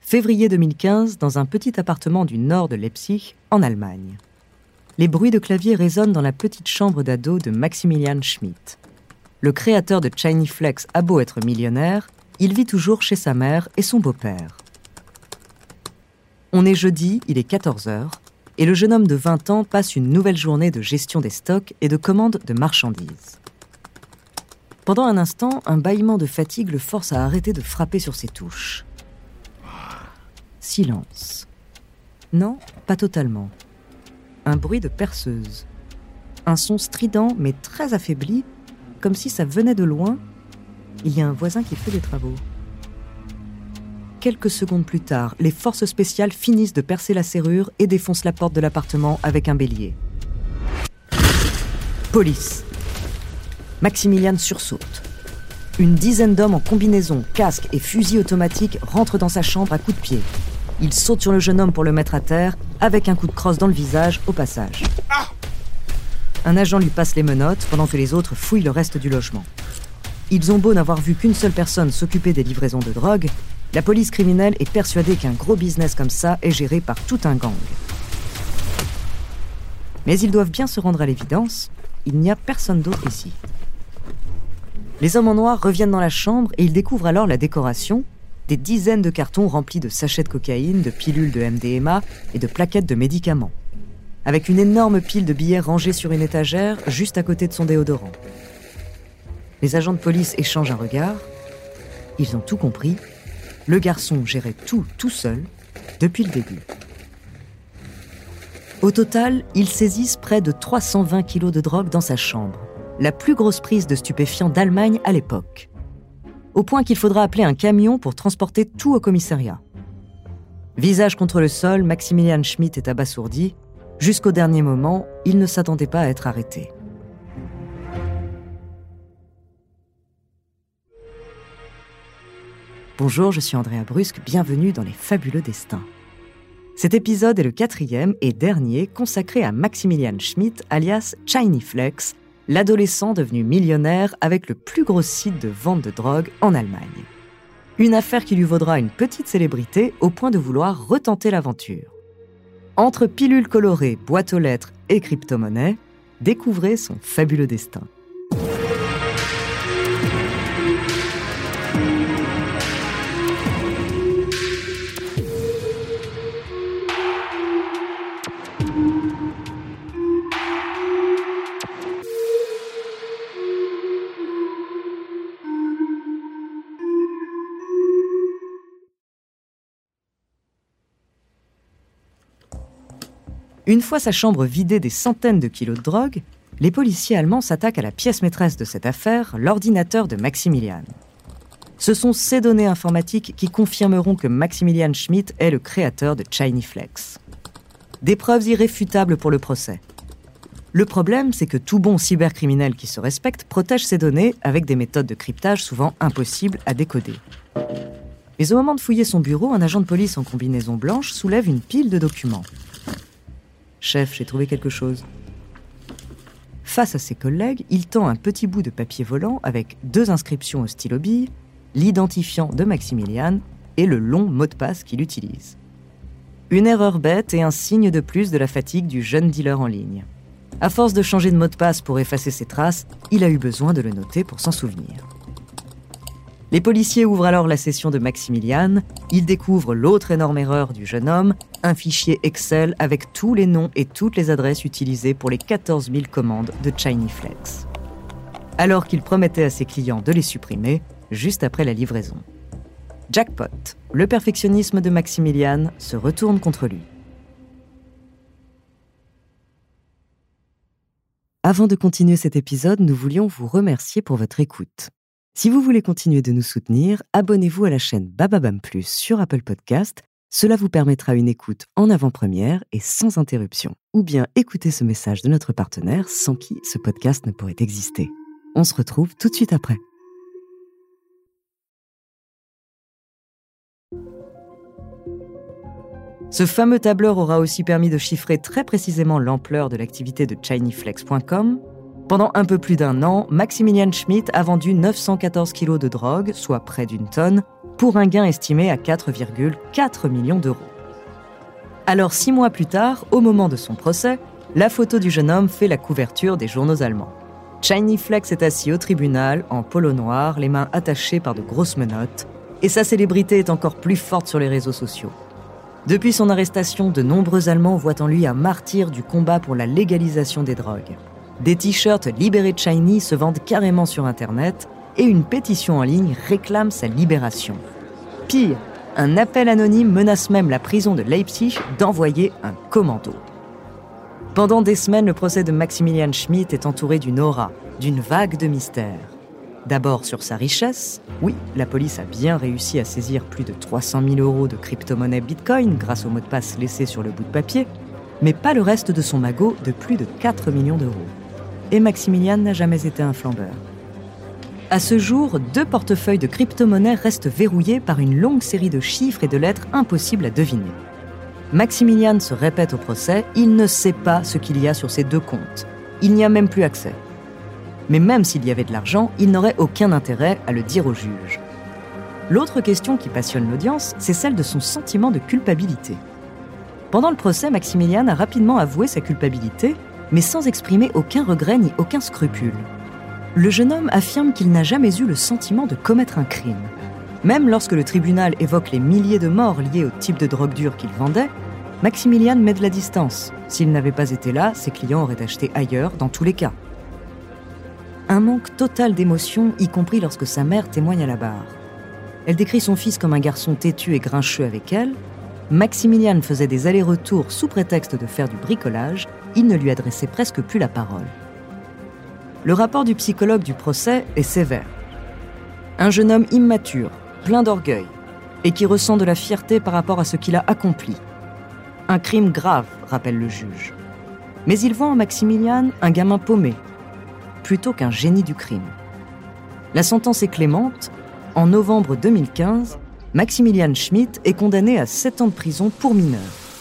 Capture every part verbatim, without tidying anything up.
Février deux mille quinze, dans un petit appartement du nord de Leipzig, en Allemagne. Les bruits de clavier résonnent dans la petite chambre d'ado de Maximilian Schmidt. Le créateur de Shiny Flex a beau être millionnaire, il vit toujours chez sa mère et son beau-père. On est jeudi, il est quatorze heures, et le jeune homme de vingt ans passe une nouvelle journée de gestion des stocks et de commande de marchandises. Pendant un instant, un bâillement de fatigue le force à arrêter de frapper sur ses touches. Silence. Non, pas totalement. Un bruit de perceuse. Un son strident mais très affaibli, comme si ça venait de loin. Il y a un voisin qui fait des travaux. Quelques secondes plus tard, les forces spéciales finissent de percer la serrure et défoncent la porte de l'appartement avec un bélier. Police. Maximilian sursaute. Une dizaine d'hommes en combinaison, casque et fusil automatique rentrent dans sa chambre à coups de pied. Ils sautent sur le jeune homme pour le mettre à terre, avec un coup de crosse dans le visage au passage. Un agent lui passe les menottes pendant que les autres fouillent le reste du logement. Ils ont beau n'avoir vu qu'une seule personne s'occuper des livraisons de drogue, la police criminelle est persuadée qu'un gros business comme ça est géré par tout un gang. Mais ils doivent bien se rendre à l'évidence, il n'y a personne d'autre ici. Les hommes en noir reviennent dans la chambre et ils découvrent alors la décoration, des dizaines de cartons remplis de sachets de cocaïne, de pilules de M D M A et de plaquettes de médicaments, avec une énorme pile de billets rangés sur une étagère juste à côté de son déodorant. Les agents de police échangent un regard. Ils ont tout compris. Le garçon gérait tout, tout seul, depuis le début. Au total, ils saisissent près de trois cent vingt kilos de drogue dans sa chambre, la plus grosse prise de stupéfiants d'Allemagne à l'époque. Au point qu'il faudra appeler un camion pour transporter tout au commissariat. Visage contre le sol, Maximilian Schmidt est abasourdi. Jusqu'au dernier moment, il ne s'attendait pas à être arrêté. Bonjour, je suis Andrea Brusque, bienvenue dans Les Fabuleux Destins. Cet épisode est le quatrième et dernier consacré à Maximilian Schmidt, alias Shiny Flex, l'adolescent devenu millionnaire avec le plus gros site de vente de drogue en Allemagne. Une affaire qui lui vaudra une petite célébrité au point de vouloir retenter l'aventure. Entre pilules colorées, boîtes aux lettres et crypto-monnaies, découvrez son fabuleux destin. Une fois sa chambre vidée des centaines de kilos de drogue, les policiers allemands s'attaquent à la pièce maîtresse de cette affaire, l'ordinateur de Maximilian. Ce sont ces données informatiques qui confirmeront que Maximilian Schmidt est le créateur de Shiny Flex. Des preuves irréfutables pour le procès. Le problème, c'est que tout bon cybercriminel qui se respecte protège ses données avec des méthodes de cryptage souvent impossibles à décoder. Mais au moment de fouiller son bureau, un agent de police en combinaison blanche soulève une pile de documents. « Chef, j'ai trouvé quelque chose. » Face à ses collègues, il tend un petit bout de papier volant avec deux inscriptions au stylo-bille, l'identifiant de Maximilian et le long mot de passe qu'il utilise. Une erreur bête et un signe de plus de la fatigue du jeune dealer en ligne. À force de changer de mot de passe pour effacer ses traces, il a eu besoin de le noter pour s'en souvenir. Les policiers ouvrent alors la session de Maximilian. Ils découvrent l'autre énorme erreur du jeune homme, un fichier Excel avec tous les noms et toutes les adresses utilisées pour les quatorze mille commandes de Shiny Flex. Alors qu'il promettait à ses clients de les supprimer, juste après la livraison. Jackpot, le perfectionnisme de Maximilian se retourne contre lui. Avant de continuer cet épisode, nous voulions vous remercier pour votre écoute. Si vous voulez continuer de nous soutenir, abonnez-vous à la chaîne Bababam Plus sur Apple Podcast. Cela vous permettra une écoute en avant-première et sans interruption. Ou bien écoutez ce message de notre partenaire sans qui ce podcast ne pourrait exister. On se retrouve tout de suite après. Ce fameux tableur aura aussi permis de chiffrer très précisément l'ampleur de l'activité de shiny flex point com. Pendant un peu plus d'un an, Maximilian Schmidt a vendu neuf cent quatorze kilos de drogue, soit près d'une tonne, pour un gain estimé à quatre virgule quatre millions d'euros. Alors six mois plus tard, au moment de son procès, la photo du jeune homme fait la couverture des journaux allemands. Shiny Flex est assis au tribunal, en polo noir, les mains attachées par de grosses menottes, et sa célébrité est encore plus forte sur les réseaux sociaux. Depuis son arrestation, de nombreux Allemands voient en lui un martyr du combat pour la légalisation des drogues. Des t-shirts « Libérez Shiny » se vendent carrément sur Internet, et une pétition en ligne réclame sa libération. Pire, un appel anonyme menace même la prison de Leipzig d'envoyer un commando. Pendant des semaines, le procès de Maximilian Schmidt est entouré d'une aura, d'une vague de mystère. D'abord sur sa richesse. Oui, la police a bien réussi à saisir plus de trois cent mille euros de crypto-monnaie Bitcoin grâce au mot de passe laissé sur le bout de papier, mais pas le reste de son magot de plus de quatre millions d'euros. Et Maximilian n'a jamais été un flambeur. À ce jour, deux portefeuilles de crypto-monnaies restent verrouillés par une longue série de chiffres et de lettres impossibles à deviner. Maximilian se répète au procès, il ne sait pas ce qu'il y a sur ces deux comptes. Il n'y a même plus accès. Mais même s'il y avait de l'argent, il n'aurait aucun intérêt à le dire au juge. L'autre question qui passionne l'audience, c'est celle de son sentiment de culpabilité. Pendant le procès, Maximilian a rapidement avoué sa culpabilité, mais sans exprimer aucun regret ni aucun scrupule. Le jeune homme affirme qu'il n'a jamais eu le sentiment de commettre un crime. Même lorsque le tribunal évoque les milliers de morts liés au type de drogue dure qu'il vendait, Maximilian met de la distance. S'il n'avait pas été là, ses clients auraient acheté ailleurs, dans tous les cas. Un manque total d'émotion, y compris lorsque sa mère témoigne à la barre. Elle décrit son fils comme un garçon têtu et grincheux avec elle. Maximilian faisait des allers-retours sous prétexte de faire du bricolage. Il ne lui adressait presque plus la parole. Le rapport du psychologue du procès est sévère. Un jeune homme immature, plein d'orgueil, et qui ressent de la fierté par rapport à ce qu'il a accompli. Un crime grave, rappelle le juge. Mais il voit en Maximilian un gamin paumé, plutôt qu'un génie du crime. La sentence est clémente. En novembre deux mille quinze, Maximilian Schmidt est condamné à sept ans de prison pour mineur.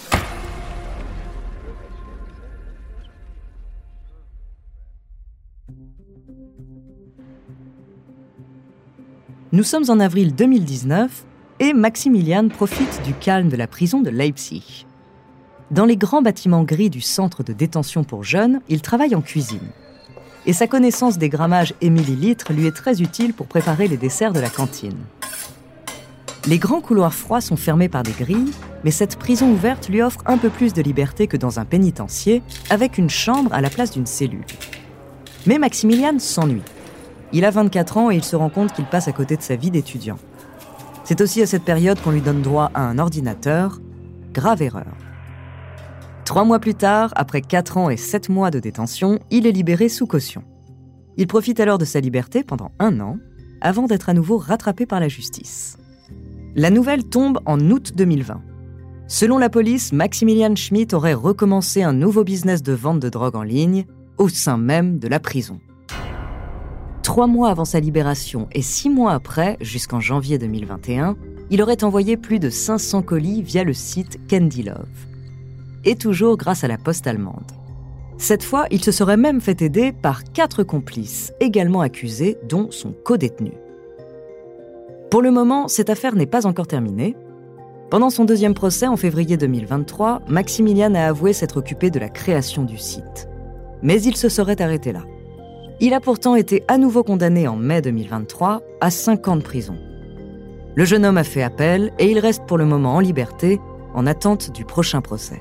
Nous sommes en avril deux mille dix-neuf et Maximilian profite du calme de la prison de Leipzig. Dans les grands bâtiments gris du centre de détention pour jeunes, il travaille en cuisine. Et sa connaissance des grammages et millilitres lui est très utile pour préparer les desserts de la cantine. Les grands couloirs froids sont fermés par des grilles, mais cette prison ouverte lui offre un peu plus de liberté que dans un pénitencier, avec une chambre à la place d'une cellule. Mais Maximilian s'ennuie. Il a vingt-quatre ans et il se rend compte qu'il passe à côté de sa vie d'étudiant. C'est aussi à cette période qu'on lui donne droit à un ordinateur. Grave erreur. Trois mois plus tard, après quatre ans et sept mois de détention, il est libéré sous caution. Il profite alors de sa liberté pendant un an, avant d'être à nouveau rattrapé par la justice. La nouvelle tombe en août deux mille vingt. Selon la police, Maximilian Schmidt aurait recommencé un nouveau business de vente de drogue en ligne, au sein même de la prison. Trois mois avant sa libération et six mois après, jusqu'en janvier deux mille vingt et un, il aurait envoyé plus de cinq cents colis via le site Candy Love. Et toujours grâce à la poste allemande. Cette fois, il se serait même fait aider par quatre complices, également accusés, dont son codétenu. Pour le moment, cette affaire n'est pas encore terminée. Pendant son deuxième procès en février deux mille vingt-trois, Maximilian a avoué s'être occupé de la création du site. Mais il se serait arrêté là. Il a pourtant été à nouveau condamné en mai deux mille vingt-trois à cinq ans de prison. Le jeune homme a fait appel et il reste pour le moment en liberté, en attente du prochain procès.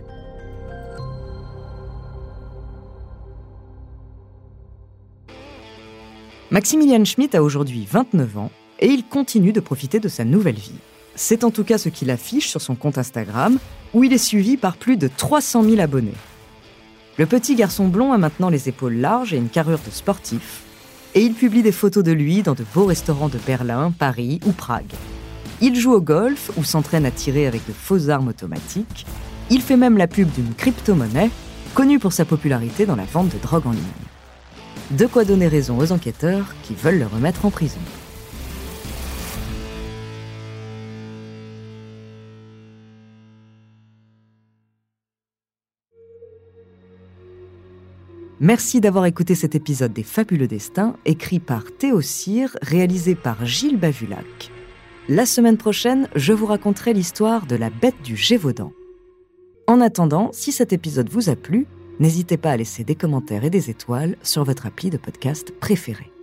Maximilian Schmidt a aujourd'hui vingt-neuf ans et il continue de profiter de sa nouvelle vie. C'est en tout cas ce qu'il affiche sur son compte Instagram, où il est suivi par plus de trois cent mille abonnés. Le petit garçon blond a maintenant les épaules larges et une carrure de sportif, et il publie des photos de lui dans de beaux restaurants de Berlin, Paris ou Prague. Il joue au golf ou s'entraîne à tirer avec de fausses armes automatiques. Il fait même la pub d'une crypto-monnaie, connue pour sa popularité dans la vente de drogue en ligne. De quoi donner raison aux enquêteurs qui veulent le remettre en prison. Merci d'avoir écouté cet épisode des Fabuleux Destins, écrit par Théo Cyr, réalisé par Gilles Bavulac. La semaine prochaine, je vous raconterai l'histoire de la bête du Gévaudan. En attendant, si cet épisode vous a plu, n'hésitez pas à laisser des commentaires et des étoiles sur votre appli de podcast préféré.